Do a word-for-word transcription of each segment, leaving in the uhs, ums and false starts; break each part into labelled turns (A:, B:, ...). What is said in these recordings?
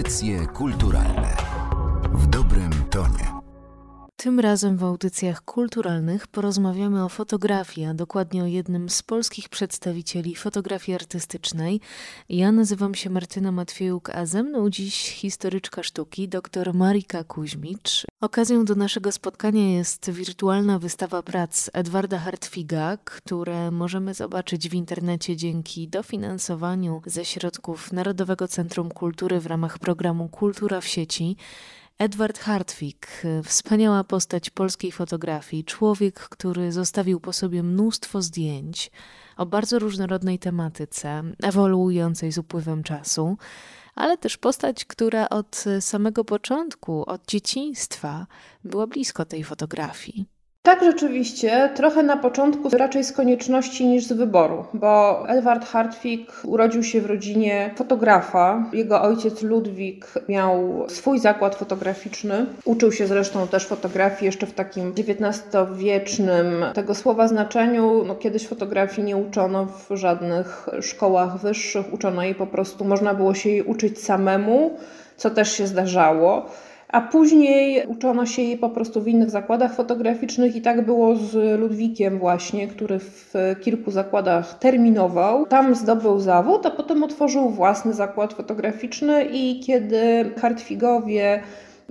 A: Audycje kulturalne w dobrym tonie.
B: Tym razem w audycjach kulturalnych porozmawiamy o fotografii, a dokładnie o jednym z polskich przedstawicieli fotografii artystycznej. Ja nazywam się Martyna Matwiejuk, a ze mną dziś historyczka sztuki, dr Marika Kuźmicz. Okazją do naszego spotkania jest wirtualna wystawa prac Edwarda Hartwiga, które możemy zobaczyć w internecie dzięki dofinansowaniu ze środków Narodowego Centrum Kultury w ramach programu Kultura w sieci. Edward Hartwig, wspaniała postać polskiej fotografii, człowiek, który zostawił po sobie mnóstwo zdjęć o bardzo różnorodnej tematyce, ewoluującej z upływem czasu, ale też postać, która od samego początku, od dzieciństwa była blisko tej fotografii.
C: Tak, rzeczywiście, trochę na początku raczej z konieczności niż z wyboru, bo Edward Hartwig urodził się w rodzinie fotografa. Jego ojciec Ludwik miał swój zakład fotograficzny. Uczył się zresztą też fotografii jeszcze w takim dziewiętnastowiecznym tego słowa znaczeniu. No, kiedyś fotografii nie uczono w żadnych szkołach wyższych, uczono jej po prostu, można było się jej uczyć samemu, co też się zdarzało. A później uczono się jej po prostu w innych zakładach fotograficznych i tak było z Ludwikiem właśnie, który w kilku zakładach terminował. Tam zdobył zawód, a potem otworzył własny zakład fotograficzny i kiedy Hartwigowie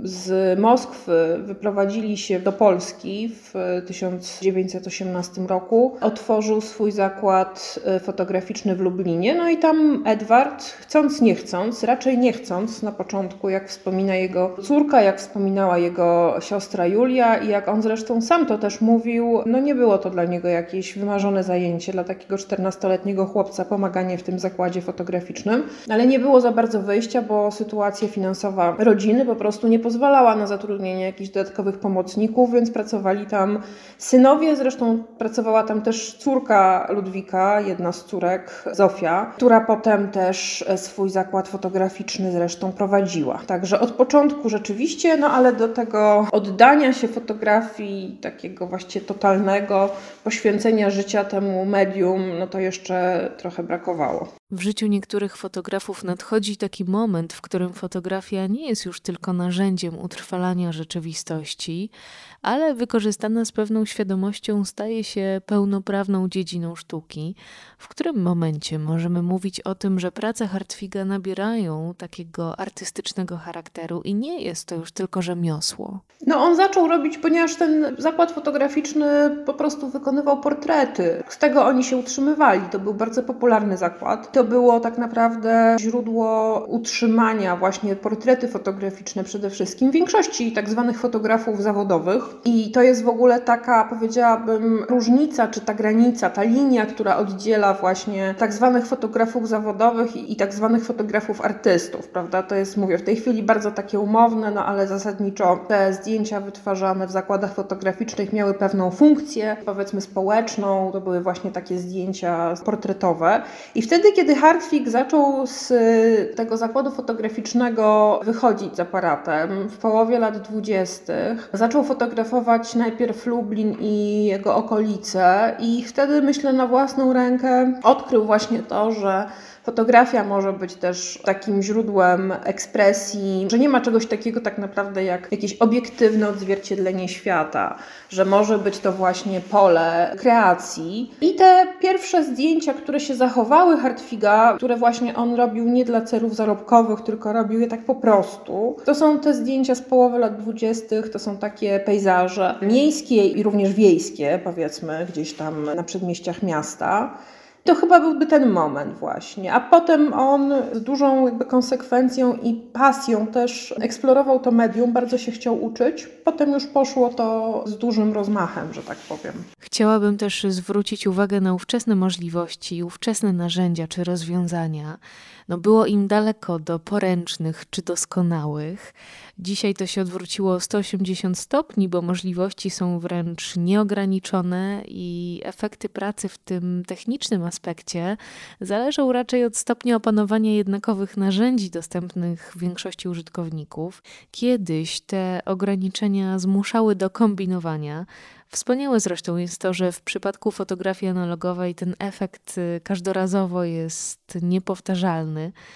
C: z Moskwy wyprowadzili się do Polski w tysiąc dziewięćset osiemnastym roku, otworzył swój zakład fotograficzny w Lublinie. No i tam Edward, chcąc nie chcąc, raczej nie chcąc na początku, jak wspomina jego córka, jak wspominała jego siostra Julia i jak on zresztą sam to też mówił, no nie było to dla niego jakieś wymarzone zajęcie, dla takiego czternastoletniego chłopca pomaganie w tym zakładzie fotograficznym, ale nie było za bardzo wyjścia, bo sytuacja finansowa rodziny po prostu nie pozwalała na zatrudnienie jakichś dodatkowych pomocników, więc pracowali tam synowie, zresztą pracowała tam też córka Ludwika, jedna z córek, Zofia, która potem też swój zakład fotograficzny zresztą prowadziła. Także od początku rzeczywiście, no ale do tego oddania się fotografii, takiego właściwie totalnego, poświęcenia życia temu medium, no to jeszcze trochę brakowało.
B: W życiu niektórych fotografów nadchodzi taki moment, w którym fotografia nie jest już tylko narzędziem utrwalania rzeczywistości, ale wykorzystana z pewną świadomością staje się pełnoprawną dziedziną sztuki. W którym momencie możemy mówić o tym, że prace Hartwiga nabierają takiego artystycznego charakteru i nie jest to już tylko rzemiosło?
C: No on zaczął robić, ponieważ ten zakład fotograficzny po prostu wykonywał portrety. Z tego oni się utrzymywali. To był bardzo popularny zakład. To było tak naprawdę źródło utrzymania, właśnie portrety fotograficzne przede wszystkim, większości tak zwanych fotografów zawodowych. I to jest w ogóle taka, powiedziałabym, różnica, czy ta granica, ta linia, która oddziela właśnie tak zwanych fotografów zawodowych i, i tak zwanych fotografów artystów, prawda? To jest, mówię, w tej chwili bardzo takie umowne, no ale zasadniczo te zdjęcia wytwarzane w zakładach fotograficznych miały pewną funkcję, powiedzmy społeczną, to były właśnie takie zdjęcia portretowe. I wtedy, kiedy Hartwig zaczął z tego zakładu fotograficznego wychodzić z aparatem w połowie lat dwudziestych, zaczął fotografować najpierw Lublin i jego okolice i wtedy, myślę, na własną rękę odkrył właśnie to, że fotografia może być też takim źródłem ekspresji, że nie ma czegoś takiego tak naprawdę jak jakieś obiektywne odzwierciedlenie świata, że może być to właśnie pole kreacji. I te pierwsze zdjęcia, które się zachowały Hartwiga, które właśnie on robił nie dla celów zarobkowych, tylko robił je tak po prostu, to są te zdjęcia z połowy lat dwudziestych, to są takie pejzaże miejskie i również wiejskie, powiedzmy, gdzieś tam na przedmieściach miasta. To chyba byłby ten moment właśnie, a potem on z dużą jakby konsekwencją i pasją też eksplorował to medium, bardzo się chciał uczyć. Potem już poszło to z dużym rozmachem, że tak powiem.
B: Chciałabym też zwrócić uwagę na ówczesne możliwości, ówczesne narzędzia czy rozwiązania. No było im daleko do poręcznych czy doskonałych. Dzisiaj to się odwróciło o sto osiemdziesiąt stopni, bo możliwości są wręcz nieograniczone i efekty pracy w tym technicznym aspekcie zależą raczej od stopnia opanowania jednakowych narzędzi dostępnych większości użytkowników. Kiedyś te ograniczenia zmuszały do kombinowania. Wspaniałe zresztą jest to, że w przypadku fotografii analogowej ten efekt każdorazowo jest niepowtarzalny.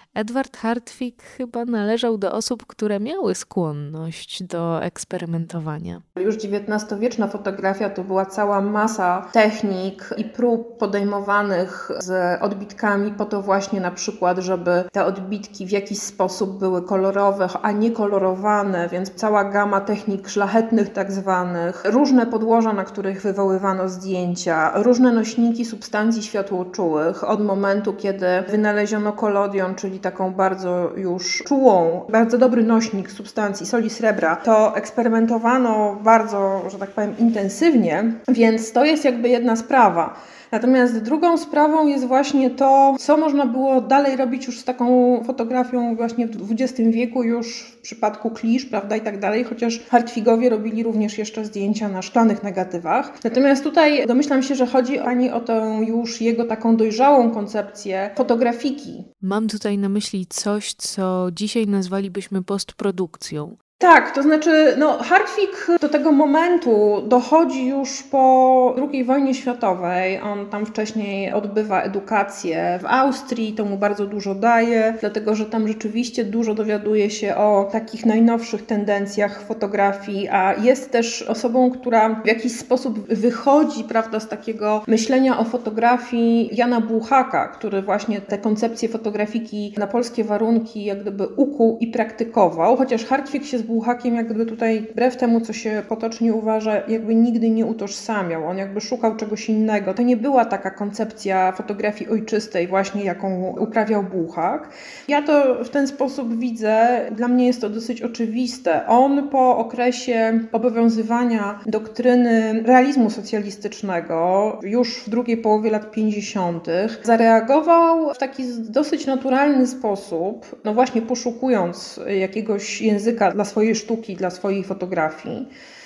B: Edward Hartwig chyba należał do osób, które miały skłonność do eksperymentowania.
C: Już dziewiętnastowieczna fotografia to była cała masa technik i prób podejmowanych z odbitkami po to właśnie na przykład, żeby te odbitki w jakiś sposób były kolorowe, a nie kolorowane, więc cała gama technik szlachetnych tak zwanych, różne podłoża, na których wywoływano zdjęcia, różne nośniki substancji światłoczułych od momentu, kiedy wynaleziono kolodion, czyli taką bardzo już czułą, bardzo dobry nośnik substancji soli srebra, to eksperymentowano bardzo, że tak powiem, intensywnie, więc to jest jakby jedna sprawa. Natomiast drugą sprawą jest właśnie to, co można było dalej robić już z taką fotografią właśnie w dwudziestym wieku, już w przypadku klisz, prawda, i tak dalej, chociaż Hartwigowie robili również jeszcze zdjęcia na szklanych negatywach. Natomiast tutaj domyślam się, że chodzi ani o tę już jego taką dojrzałą koncepcję fotografiki.
B: Mam tutaj na myśli coś, co dzisiaj nazwalibyśmy postprodukcją.
C: Tak, to znaczy, no, Hartwig do tego momentu dochodzi już po drugiej wojnie światowej. On tam wcześniej odbywa edukację w Austrii, to mu bardzo dużo daje, dlatego że tam rzeczywiście dużo dowiaduje się o takich najnowszych tendencjach fotografii, a jest też osobą, która w jakiś sposób wychodzi, prawda, z takiego myślenia o fotografii Jana Bułhaka, który właśnie te koncepcje fotografiki na polskie warunki jak gdyby ukuł i praktykował, chociaż Hartwig się z Bułhakiem jak gdyby tutaj, wbrew temu, co się potocznie uważa, jakby nigdy nie utożsamiał. On jakby szukał czegoś innego. To nie była taka koncepcja fotografii ojczystej właśnie, jaką uprawiał Bułhak. Ja to w ten sposób widzę. Dla mnie jest to dosyć oczywiste. On po okresie obowiązywania doktryny realizmu socjalistycznego, już w drugiej połowie lat pięćdziesiątych, zareagował w taki dosyć naturalny sposób, no właśnie poszukując jakiegoś języka dla swojej sztuki, dla swojej fotografii.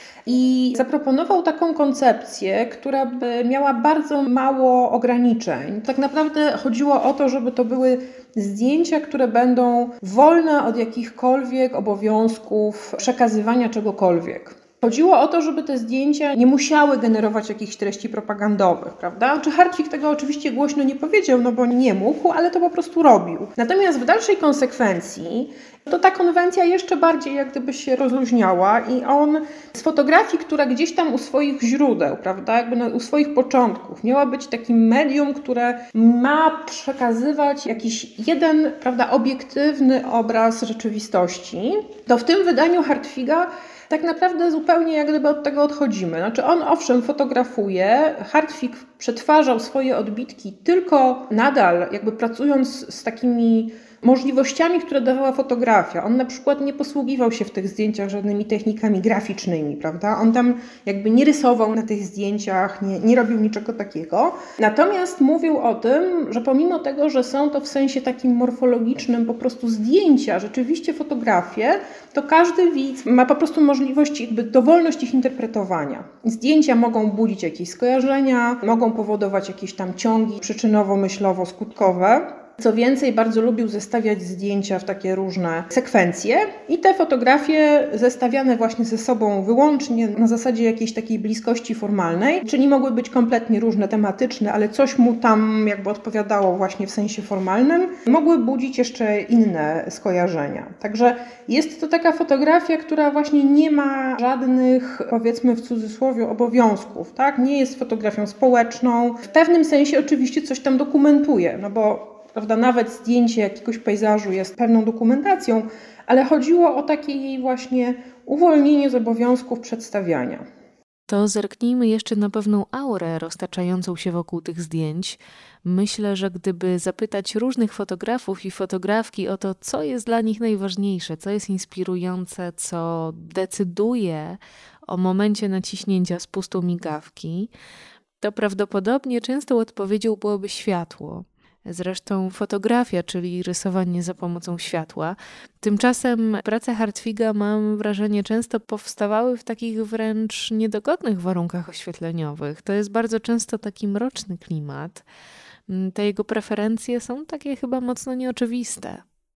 C: I zaproponował taką koncepcję, która by miała bardzo mało ograniczeń. Tak naprawdę chodziło o to, żeby to były zdjęcia, które będą wolne od jakichkolwiek obowiązków przekazywania czegokolwiek. Chodziło o to, żeby te zdjęcia nie musiały generować jakichś treści propagandowych, prawda? Czy Hartwig tego oczywiście głośno nie powiedział, no bo nie mógł, ale to po prostu robił. Natomiast w dalszej konsekwencji to ta konwencja jeszcze bardziej jak gdyby się rozluźniała i on z fotografii, która gdzieś tam u swoich źródeł, prawda, jakby na, u swoich początków miała być takim medium, które ma przekazywać jakiś jeden, prawda, obiektywny obraz rzeczywistości, to w tym wydaniu Hartwiga tak naprawdę zupełnie jak gdyby od tego odchodzimy. Znaczy on owszem fotografuje, Hartwig przetwarzał swoje odbitki tylko nadal jakby pracując z takimi możliwościami, które dawała fotografia. On na przykład nie posługiwał się w tych zdjęciach żadnymi technikami graficznymi, prawda? On tam jakby nie rysował na tych zdjęciach, nie, nie robił niczego takiego. Natomiast mówił o tym, że pomimo tego, że są to w sensie takim morfologicznym po prostu zdjęcia, rzeczywiście fotografie, to każdy widz ma po prostu możliwość, jakby dowolność ich interpretowania. Zdjęcia mogą budzić jakieś skojarzenia, mogą powodować jakieś tam ciągi przyczynowo-myślowo-skutkowe. Co więcej, bardzo lubił zestawiać zdjęcia w takie różne sekwencje i te fotografie zestawiane właśnie ze sobą wyłącznie na zasadzie jakiejś takiej bliskości formalnej, czyli mogły być kompletnie różne, tematyczne, ale coś mu tam jakby odpowiadało właśnie w sensie formalnym, mogły budzić jeszcze inne skojarzenia. Także jest to taka fotografia, która właśnie nie ma żadnych, powiedzmy w cudzysłowie, obowiązków, tak? Nie jest fotografią społeczną. W pewnym sensie oczywiście coś tam dokumentuje, no bo prawda, nawet zdjęcie jakiegoś pejzażu jest pewną dokumentacją, ale chodziło o takie jej właśnie uwolnienie z obowiązków przedstawiania.
B: To zerknijmy jeszcze na pewną aurę roztaczającą się wokół tych zdjęć. Myślę, że gdyby zapytać różnych fotografów i fotografki o to, co jest dla nich najważniejsze, co jest inspirujące, co decyduje o momencie naciśnięcia spustu migawki, to prawdopodobnie częstą odpowiedzią byłoby światło. Zresztą fotografia, czyli rysowanie za pomocą światła. Tymczasem prace Hartwiga, mam wrażenie, często powstawały w takich wręcz niedogodnych warunkach oświetleniowych. To jest bardzo często taki mroczny klimat. Te jego preferencje są takie chyba mocno nieoczywiste.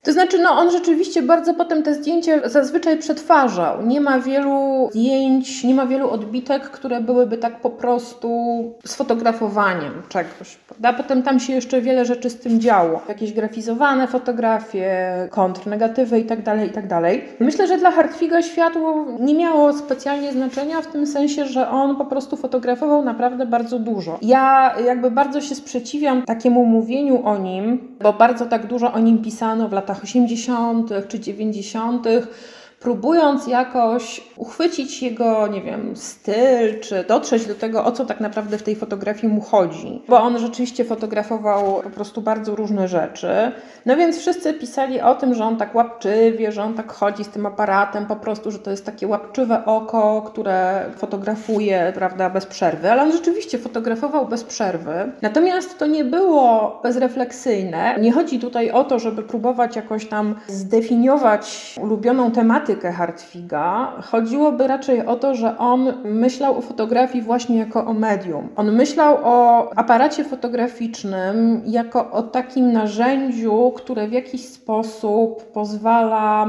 C: To znaczy, no on rzeczywiście bardzo potem te zdjęcia zazwyczaj przetwarzał. Nie ma wielu zdjęć, nie ma wielu odbitek, które byłyby tak po prostu sfotografowaniem czegoś. A potem tam się jeszcze wiele rzeczy z tym działo. Jakieś grafizowane fotografie, kontrnegatywy i tak dalej, i tak dalej. Myślę, że dla Hartwiga światło nie miało specjalnie znaczenia w tym sensie, że on po prostu fotografował naprawdę bardzo dużo. Ja jakby bardzo się sprzeciwiam takiemu mówieniu o nim, bo bardzo tak dużo o nim pisano w latach osiemdziesiątych czy dziewięćdziesiątych, próbując jakoś uchwycić jego, nie wiem, styl, czy dotrzeć do tego, o co tak naprawdę w tej fotografii mu chodzi. Bo on rzeczywiście fotografował po prostu bardzo różne rzeczy. No więc wszyscy pisali o tym, że on tak łapczywie, że on tak chodzi z tym aparatem, po prostu, że to jest takie łapczywe oko, które fotografuje, prawda, bez przerwy. Ale on rzeczywiście fotografował bez przerwy. Natomiast to nie było bezrefleksyjne. Nie chodzi tutaj o to, żeby próbować jakoś tam zdefiniować ulubioną tematykę Hartwiga. Chodziłoby raczej o to, że on myślał o fotografii właśnie jako o medium. On myślał o aparacie fotograficznym jako o takim narzędziu, które w jakiś sposób pozwala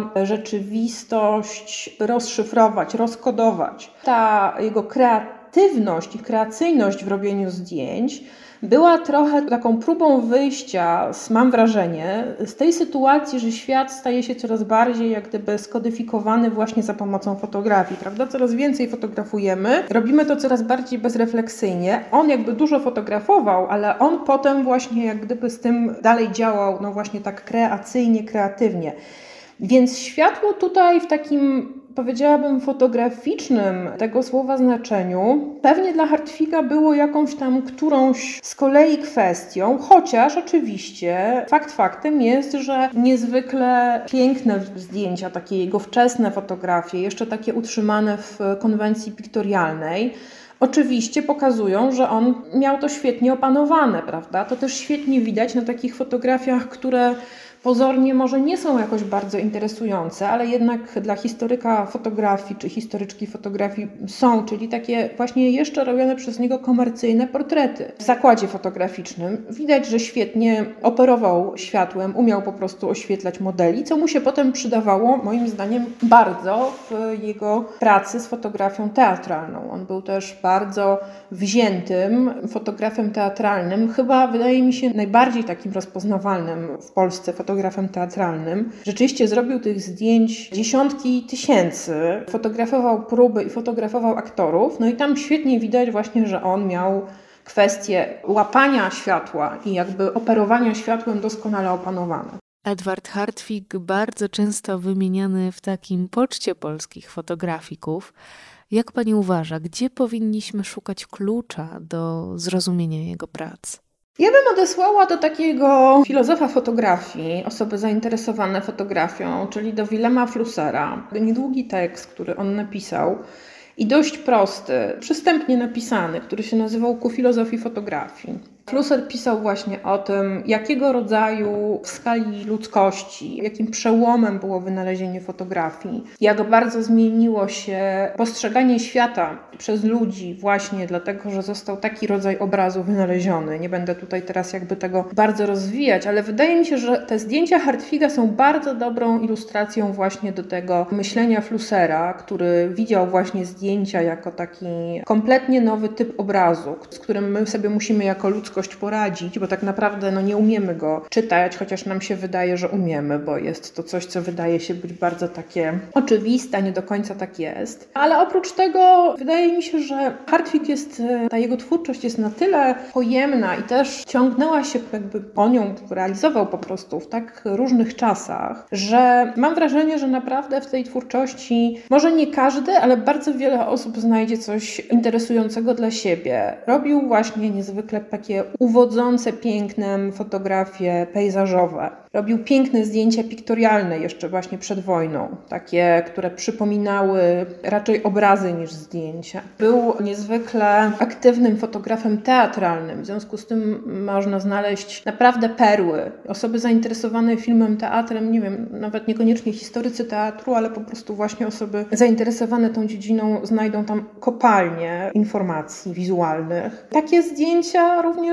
C: rzeczywistość rozszyfrować, rozkodować. Ta jego kreatywność i kreacyjność w robieniu zdjęć była trochę taką próbą wyjścia, mam wrażenie, z tej sytuacji, że świat staje się coraz bardziej jak gdyby skodyfikowany właśnie za pomocą fotografii, prawda? Coraz więcej fotografujemy, robimy to coraz bardziej bezrefleksyjnie. On jakby dużo fotografował, ale on potem właśnie jak gdyby z tym dalej działał, no właśnie tak kreacyjnie, kreatywnie. Więc światło tutaj w takim, powiedziałabym, fotograficznym tego słowa znaczeniu pewnie dla Hartwiga było jakąś tam którąś z kolei kwestią, chociaż oczywiście fakt faktem jest, że niezwykle piękne zdjęcia, takie jego wczesne fotografie, jeszcze takie utrzymane w konwencji piktorialnej, oczywiście pokazują, że on miał to świetnie opanowane, prawda? To też świetnie widać na takich fotografiach, które pozornie może nie są jakoś bardzo interesujące, ale jednak dla historyka fotografii czy historyczki fotografii są, czyli takie właśnie jeszcze robione przez niego komercyjne portrety. W zakładzie fotograficznym widać, że świetnie operował światłem, umiał po prostu oświetlać modeli, co mu się potem przydawało, moim zdaniem, bardzo w jego pracy z fotografią teatralną. On był też bardzo wziętym fotografem teatralnym, chyba wydaje mi się najbardziej takim rozpoznawalnym w Polsce fotografem teatralnym. Rzeczywiście zrobił tych zdjęć dziesiątki tysięcy, fotografował próby i fotografował aktorów, no i tam świetnie widać właśnie, że on miał kwestię łapania światła i jakby operowania światłem doskonale opanowane.
B: Edward Hartwig bardzo często wymieniany w takim poczcie polskich fotografików. Jak pani uważa, gdzie powinniśmy szukać klucza do zrozumienia jego prac?
C: Ja bym odesłała do takiego filozofa fotografii, osoby zainteresowane fotografią, czyli do Wilhelma Flussera. Niedługi tekst, który on napisał i dość prosty, przystępnie napisany, który się nazywał Ku filozofii fotografii. Flusser pisał właśnie o tym, jakiego rodzaju w skali ludzkości, jakim przełomem było wynalezienie fotografii, jak bardzo zmieniło się postrzeganie świata przez ludzi właśnie dlatego, że został taki rodzaj obrazu wynaleziony. Nie będę tutaj teraz jakby tego bardzo rozwijać, ale wydaje mi się, że te zdjęcia Hartwiga są bardzo dobrą ilustracją właśnie do tego myślenia Flussera, który widział właśnie zdjęcia jako taki kompletnie nowy typ obrazu, z którym my sobie musimy jako ludzkość poradzić, bo tak naprawdę no, nie umiemy go czytać, chociaż nam się wydaje, że umiemy, bo jest to coś, co wydaje się być bardzo takie oczywiste, nie do końca tak jest. Ale oprócz tego wydaje mi się, że Hartwig jest, ta jego twórczość jest na tyle pojemna i też ciągnęła się, jakby on ją realizował po prostu w tak różnych czasach, że mam wrażenie, że naprawdę w tej twórczości może nie każdy, ale bardzo wiele osób znajdzie coś interesującego dla siebie. Robił właśnie niezwykle takie uwodzące pięknem fotografie pejzażowe. Robił piękne zdjęcia piktorialne jeszcze właśnie przed wojną, takie, które przypominały raczej obrazy niż zdjęcia. Był niezwykle aktywnym fotografem teatralnym, w związku z tym można znaleźć naprawdę perły. Osoby zainteresowane filmem, teatrem, nie wiem, nawet niekoniecznie historycy teatru, ale po prostu właśnie osoby zainteresowane tą dziedziną znajdą tam kopalnie informacji wizualnych. Takie zdjęcia również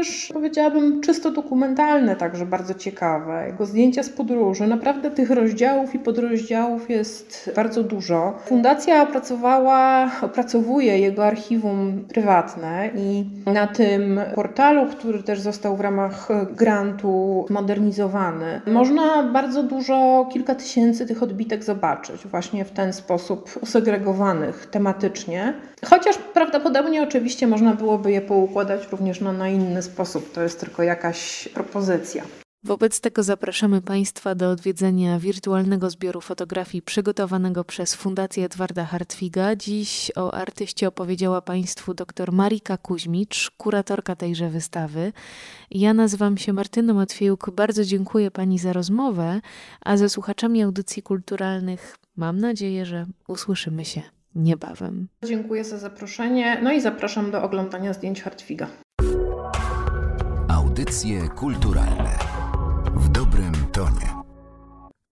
C: też, powiedziałabym, czysto dokumentalne, także bardzo ciekawe. Jego zdjęcia z podróży. Naprawdę tych rozdziałów i podrozdziałów jest bardzo dużo. Fundacja opracowała, opracowuje jego archiwum prywatne i na tym portalu, który też został w ramach grantu modernizowany, można bardzo dużo, kilka tysięcy tych odbitek zobaczyć właśnie w ten sposób usegregowanych tematycznie. Chociaż prawdopodobnie oczywiście można byłoby je poukładać również na, na inny sposób. To jest tylko jakaś propozycja.
B: Wobec tego zapraszamy Państwa do odwiedzenia wirtualnego zbioru fotografii przygotowanego przez Fundację Edwarda Hartwiga. Dziś o artyście opowiedziała Państwu dr Marika Kuźmicz, kuratorka tejże wystawy. Ja nazywam się Martyna Matwiejuk. Bardzo dziękuję Pani za rozmowę, a ze słuchaczami audycji kulturalnych mam nadzieję, że usłyszymy się niebawem.
C: Dziękuję za zaproszenie, no i zapraszam do oglądania zdjęć Hartwiga.
A: Audycje kulturalne w dobrym tonie.